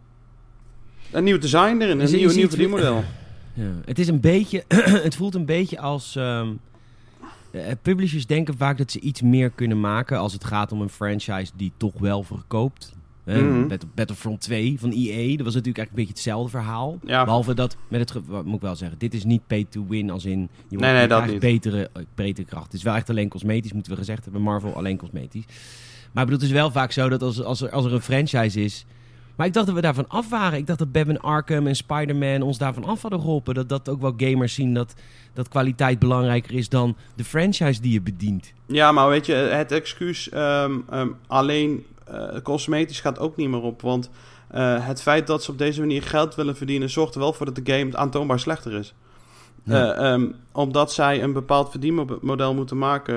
S2: een nieuw design erin, een nieuw, nieuw verdienmodel.
S1: Ja, het is een beetje... het voelt een beetje als... Um, uh, publishers denken vaak dat ze iets meer kunnen maken als het gaat om een franchise die toch wel verkoopt. Uh, mm-hmm. Battlefront twee van E A, dat was natuurlijk eigenlijk een beetje hetzelfde verhaal. Ja. Behalve dat, met het, ge- moet ik wel zeggen, dit is niet pay to win als in, je,
S2: nee, nee,
S1: je
S2: dat
S1: krijgt
S2: niet.
S1: betere, betere kracht. Het is wel echt alleen cosmetisch, moeten we gezegd hebben, Marvel alleen cosmetisch. Maar ik bedoel, het is wel vaak zo dat als, als, er, als er een franchise is... Maar ik dacht dat we daarvan af waren. Ik dacht dat Batman Arkham en Spider-Man ons daarvan af hadden geholpen. Dat, dat ook wel gamers zien dat, dat kwaliteit belangrijker is dan de franchise die je bedient.
S2: Ja, maar weet je, het excuus um, um, alleen uh, cosmetisch gaat ook niet meer op. Want uh, het feit dat ze op deze manier geld willen verdienen zorgt er wel voor dat de game aantoonbaar slechter is. Ja. Uh, um, omdat zij een bepaald verdienmodel moeten maken...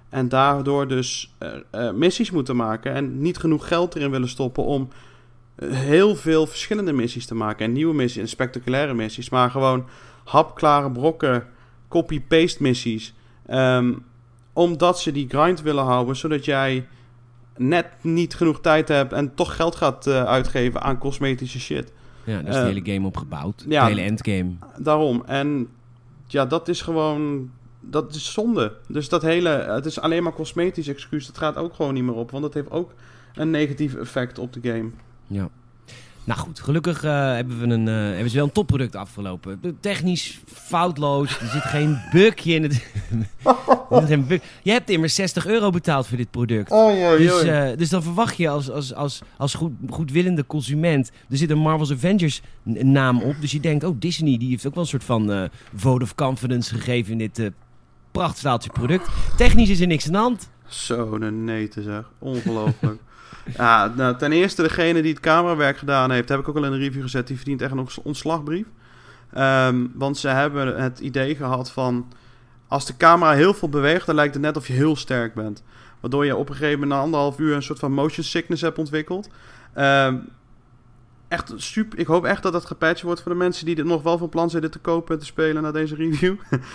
S2: En daardoor dus uh, uh, missies moeten maken en niet genoeg geld erin willen stoppen om heel veel verschillende missies te maken. En nieuwe missies en spectaculaire missies. Maar gewoon hapklare brokken, copy-paste missies. Um, omdat ze die grind willen houden, zodat jij net niet genoeg tijd hebt en toch geld gaat uh, uitgeven aan cosmetische shit.
S1: Ja, daar is uh, de hele game op gebouwd.
S2: Ja,
S1: de hele endgame.
S2: Daarom. En ja, dat is gewoon... Dat is zonde. Dus dat hele... Het is alleen maar cosmetisch excuus. Dat gaat ook gewoon niet meer op. Want dat heeft ook een negatief effect op de game.
S1: Ja. Nou goed, gelukkig uh, hebben, we een, uh, hebben ze wel een topproduct afgelopen. Technisch foutloos. Er zit geen bugje in het... er zit geen bug. Je hebt immers zestig euro betaald voor dit product.
S2: Oh, joi,
S1: dus, uh, dus dan verwacht je als, als, als, als goed, goedwillende consument... Er zit een Marvel's Avengers naam op. Dus je denkt, oh, Disney die heeft ook wel een soort van uh, vote of confidence gegeven in dit uh, prachtstaaltje product. Technisch is er niks aan de hand.
S2: Zo, een neten zeg. Ongelooflijk. Ja, nou, ten eerste degene die het camerawerk gedaan heeft, heb ik ook al in een review gezet, die verdient echt een ontslagbrief. Um, want ze hebben het idee gehad van, als de camera heel veel beweegt, dan lijkt het net of je heel sterk bent. Waardoor je op een gegeven moment na anderhalf uur een soort van motion sickness hebt ontwikkeld. Um, echt super. Ik hoop echt dat dat gepatcht wordt voor de mensen die dit nog wel van plan zijn dit te kopen en te spelen na deze review.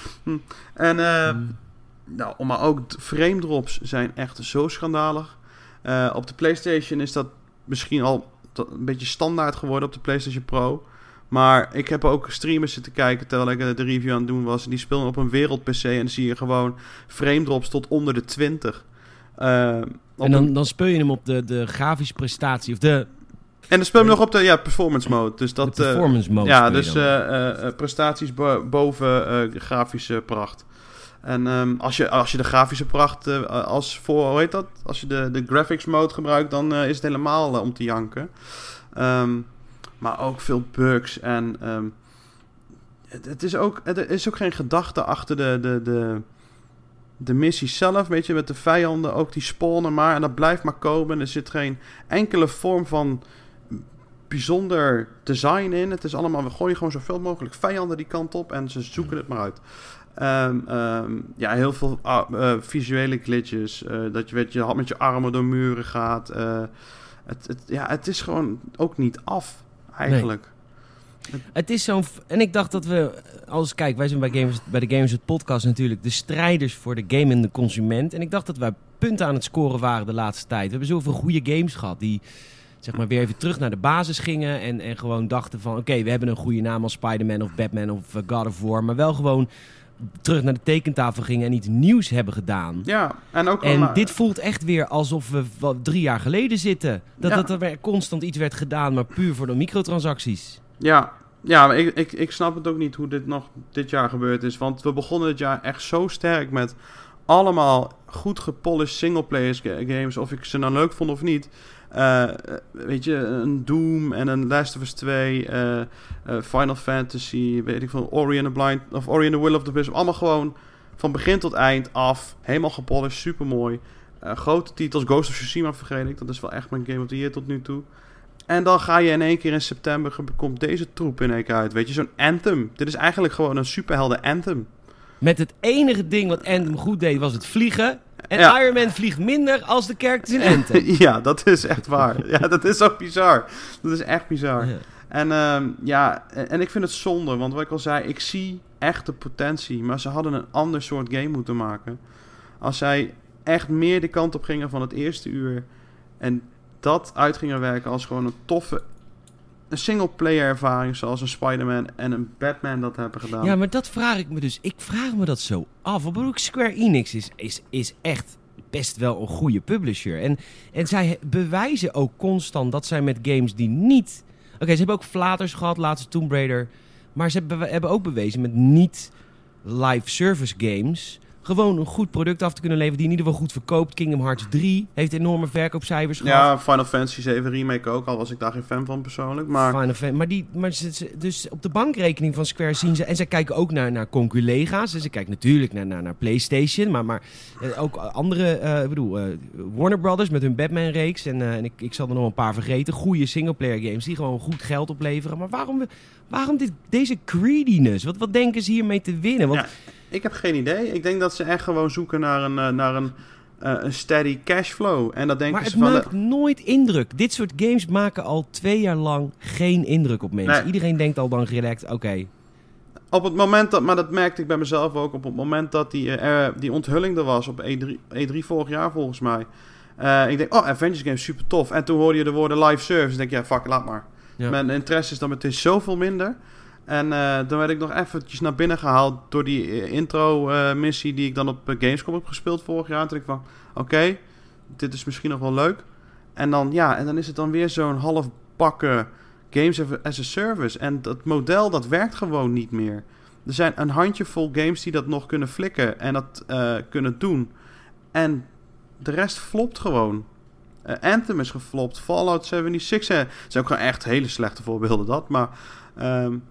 S2: en, uh, mm. nou, maar ook frame drops zijn echt zo schandalig. Uh, op de PlayStation is dat misschien al een beetje standaard geworden op de PlayStation Pro. Maar ik heb ook streamers zitten kijken terwijl ik de review aan het doen was. En die speelden op een wereld-P C en dan zie je gewoon frame drops tot onder de twintig. Uh,
S1: en dan, een... dan speel je hem op de, de grafische prestatie of de...
S2: En dan speel je hem nog op de ja, performance mode. Dus dat,
S1: de performance mode.
S2: Uh, ja, dus uh, uh, prestaties bo- boven uh, grafische pracht. En um, als, je, als je de grafische pracht uh, als voor, hoe heet dat? Als je de, de graphics mode gebruikt, dan uh, is het helemaal uh, om te janken. Um, maar ook veel bugs. En um, het, het is ook, er is ook geen gedachte achter de, de, de, de missie zelf. Weet je, met de vijanden ook, die spawnen maar. En dat blijft maar komen. Er zit geen enkele vorm van bijzonder design in. Het is allemaal, we gooien gewoon zoveel mogelijk vijanden die kant op. En ze zoeken het maar uit. Um, um, ja, heel veel uh, uh, visuele glitches. Uh, dat je, weet, je met je armen door muren gaat. Uh, het, het, ja, het is gewoon ook niet af, eigenlijk.
S1: Nee. Het is zo'n... En ik dacht dat we... Als kijk, wij zijn bij, Gamers, bij de Gamers het podcast natuurlijk de strijders voor de game en de consument. En ik dacht dat wij punten aan het scoren waren de laatste tijd. We hebben zoveel goede games gehad die... zeg maar weer even terug naar de basis gingen en, en gewoon dachten van... oké, okay, we hebben een goede naam als Spider-Man of Batman of uh, God of War... maar wel gewoon terug naar de tekentafel gingen en iets nieuws hebben gedaan.
S2: Ja, en ook...
S1: En
S2: maar...
S1: dit voelt echt weer alsof we wat drie jaar geleden zitten. Dat, ja. dat er constant iets werd gedaan, maar puur voor de microtransacties.
S2: Ja, ja maar ik, ik, ik snap het ook niet hoe dit nog dit jaar gebeurd is. Want we begonnen dit jaar echt zo sterk met allemaal goed gepolished singleplayer games. Of ik ze nou leuk vond of niet... Uh, weet je, een Doom en een Last of Us twee, uh, uh, Final Fantasy, weet ik veel, Ori and the Blind, of Ori and the Will of the Wisps. Allemaal gewoon van begin tot eind af, helemaal gepolished, supermooi. Uh, grote titels, Ghost of Tsushima vergeet ik, dat is wel echt mijn Game of the Year tot nu toe. En dan ga je in één keer in september, komt deze troep in één keer uit, weet je, zo'n Anthem. Dit is eigenlijk gewoon een superhelden Anthem.
S1: Met het enige ding wat Anthem goed deed, was het vliegen. En ja. Iron Man vliegt minder als de characters in Anthem.
S2: Ja, dat is echt waar. Ja, dat is ook bizar. Dat is echt bizar. Ja. En um, ja, en ik vind het zonde. Want wat ik al zei, ik zie echt de potentie. Maar ze hadden een ander soort game moeten maken. Als zij echt meer de kant op gingen van het eerste uur. En dat uit gingen werken als gewoon een toffe... een single-player ervaring zoals een Spider-Man en een Batman dat hebben gedaan.
S1: Ja, maar dat vraag ik me dus. Ik vraag me dat zo af. Wat bedoel ik, Square Enix is, is, is echt best wel een goede publisher. En, en zij bewijzen ook constant dat zij met games die niet... Oké, okay, ze hebben ook flaters gehad, laatste Tomb Raider. Maar ze hebben, hebben ook bewezen met niet live service games... gewoon een goed product af te kunnen leveren die in ieder geval goed verkoopt. Kingdom Hearts drie heeft enorme verkoopcijfers gehad.
S2: Ja, Final Fantasy zeven Remake ook, al was ik daar geen fan van persoonlijk. Maar,
S1: Final Fan- maar, die, maar ze, ze, dus op de bankrekening van Square zien ze... En ze kijken ook naar, naar conculega's. Ze kijken natuurlijk naar, naar, naar PlayStation, maar, maar uh, ook andere... Uh, ik bedoel, uh, Warner Brothers met hun Batman-reeks. En, uh, en ik, ik zal er nog een paar vergeten. Goede singleplayer games die gewoon goed geld opleveren. Maar waarom, waarom dit, deze greediness? Wat, wat denken ze hiermee te winnen? Want... Ja.
S2: Ik heb geen idee. Ik denk dat ze echt gewoon zoeken naar een, uh, naar een, uh, een steady cashflow. En dat denken
S1: maar het
S2: ze van,
S1: maakt nooit indruk. Dit soort games maken al twee jaar lang geen indruk op mensen. Nee. Iedereen denkt al dan relaxed, oké. Okay.
S2: Op het moment dat, maar dat merkte ik bij mezelf ook, op het moment dat die, uh, die onthulling er was op E drie, E drie vorig jaar volgens mij. Uh, ik denk, oh, Avengers game super tof. En toen hoorde je de woorden live service. Dan denk je, ja, fuck, laat maar. Ja. Mijn interesse is dan meteen zoveel minder. En uh, dan werd ik nog eventjes naar binnen gehaald door die uh, intro-missie uh, die ik dan op uh, Gamescom heb gespeeld vorig jaar. En toen dacht ik van, oké, okay, dit is misschien nog wel leuk. En dan, ja, en dan is het dan weer zo'n halfbakken games as a service. En dat model, dat werkt gewoon niet meer. Er zijn een handjevol games die dat nog kunnen flikken en dat uh, kunnen doen. En de rest flopt gewoon. Uh, Anthem is geflopt, Fallout zevenenzeventig. Uh, het zijn ook gewoon echt hele slechte voorbeelden dat. Maar um,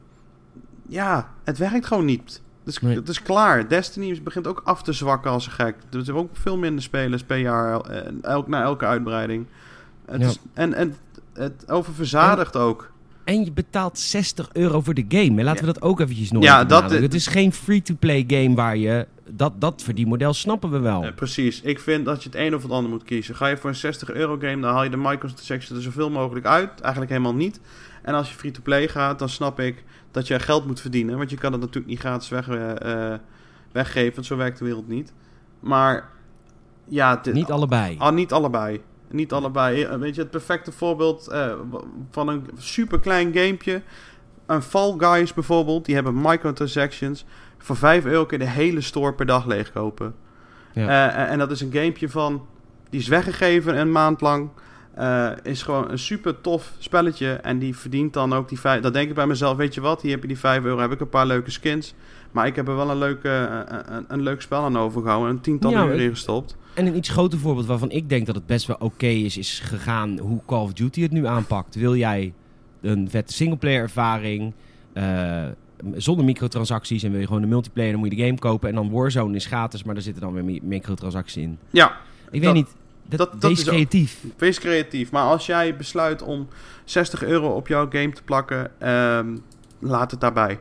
S2: ja, het werkt gewoon niet. Het is, nee. Het is klaar. Destiny begint ook af te zwakken als een gek. Er zijn ook veel minder spelers per jaar. Uh, elk, na elke uitbreiding. Het
S1: ja.
S2: is, en, en het oververzadigt en, ook.
S1: En je betaalt zestig euro voor de game. En laten
S2: ja.
S1: we dat ook eventjes nog
S2: ja,
S1: even
S2: dat,
S1: Het is geen free-to-play game waar je... Dat, dat verdienmodel snappen we wel.
S2: Uh, precies. Ik vind dat je het een of het ander moet kiezen. Ga je voor een zestig euro game, dan haal je de microtransactions er zoveel mogelijk uit. Eigenlijk helemaal niet. En als je free-to-play gaat, dan snap ik dat je geld moet verdienen. Want je kan het natuurlijk niet gratis weg, uh, weggeven. Want zo werkt de wereld niet. Maar ja... Dit,
S1: niet allebei.
S2: Ah, niet allebei. Niet allebei. Weet je, het perfecte voorbeeld uh, van een super klein gamepje. Een Fall Guys bijvoorbeeld. Die hebben microtransactions. Voor vijf euro kun je de hele store per dag leegkopen. Ja. Uh, en dat is een gamepje van... Die is weggegeven een maand lang. Uh, is gewoon een super tof spelletje. En die verdient dan ook die vijf... Dat denk ik bij mezelf, weet je wat? Hier heb je die vijf euro. Heb ik een paar leuke skins. Maar ik heb er wel een, leuke, uh, een, een leuk spel aan overgehouden. Een tiental ja, uur ingestopt.
S1: En een iets groter voorbeeld waarvan ik denk dat het best wel oké okay is... is gegaan hoe Call of Duty het nu aanpakt. Wil jij een vette singleplayer ervaring... Uh, zonder microtransacties en wil je gewoon de multiplayer, dan moet je de game kopen. En dan Warzone is gratis, maar daar zitten dan weer microtransacties in.
S2: Ja.
S1: Ik weet niet, dat, dat, dat wees creatief.
S2: Ook, wees creatief. Maar als jij besluit om zestig euro op jouw game te plakken, um, laat het daarbij.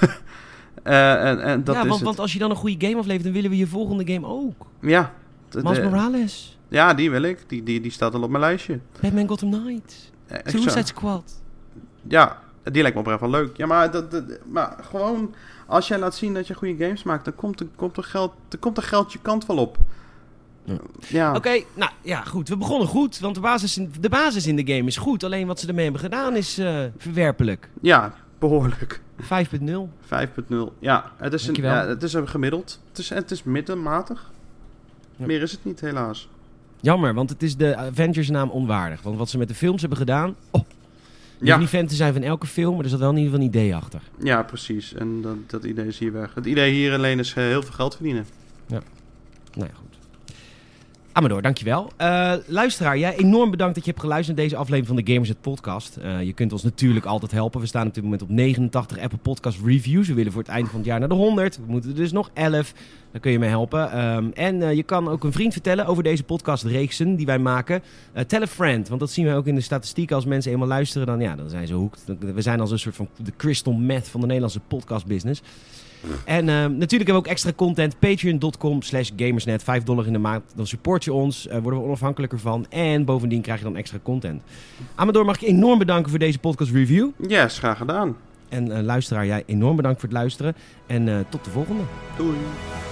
S2: uh, en, en dat
S1: ja,
S2: is
S1: want,
S2: het.
S1: want als je dan een goede game aflevert, dan willen we je volgende game ook.
S2: Ja.
S1: Miles Morales.
S2: Ja, die wil ik. Die, die, die staat al op mijn lijstje.
S1: Batman Gotham Knights. Uh, Suicide Squad.
S2: Ja. Die lijkt me oprecht wel leuk. Ja, maar, dat, dat, maar gewoon... Als jij laat zien dat je goede games maakt... dan komt er, komt er, geld, er, komt er geld je kant wel op.
S1: Ja. Ja. Oké, okay, nou ja, goed. We begonnen goed. Want de basis, in, de basis in de game is goed. Alleen wat ze ermee hebben gedaan is uh, verwerpelijk.
S2: Ja, behoorlijk.
S1: vijf punt nul.
S2: vijf punt nul. Ja, het is, een, ja, het is een gemiddeld. Het is, het is middenmatig. Ja. Meer is het niet, helaas.
S1: Jammer, want het is de Avengers naam onwaardig. Want wat ze met de films hebben gedaan... Oh. Je ja. hoeft niet fan te zijn van elke film, maar er zat wel in ieder geval een idee achter.
S2: Ja, precies. En dat, dat idee is hier weg. Het idee hier alleen is uh, heel veel geld verdienen.
S1: Ja. Nou ja, goed. Amador, dankjewel. Uh, luisteraar, jij enorm bedankt dat je hebt geluisterd naar deze aflevering van de Gamersnet podcast. Uh, je kunt ons natuurlijk altijd helpen. We staan op dit moment op negenentachtig Apple Podcast Reviews. We willen voor het einde van het jaar naar de honderd. We moeten er dus nog elf. Daar kun je mee helpen. Um, en uh, je kan ook een vriend vertellen over deze podcastreeksen die wij maken. Uh, tell a friend, want dat zien we ook in de statistieken. Als mensen eenmaal luisteren, dan, ja, dan zijn ze hooked. We zijn als een soort van de crystal meth van de Nederlandse podcastbusiness. En uh, natuurlijk hebben we ook extra content. Patreon.com slash gamersnet. vijf dollar in de maand. Dan support je ons. Uh, worden we onafhankelijker van. En bovendien krijg je dan extra content. Amador, mag ik je enorm bedanken voor deze podcast review.
S2: Yes, graag gedaan.
S1: En uh, luisteraar, jij enorm bedankt voor het luisteren. En uh, tot de volgende.
S2: Doei.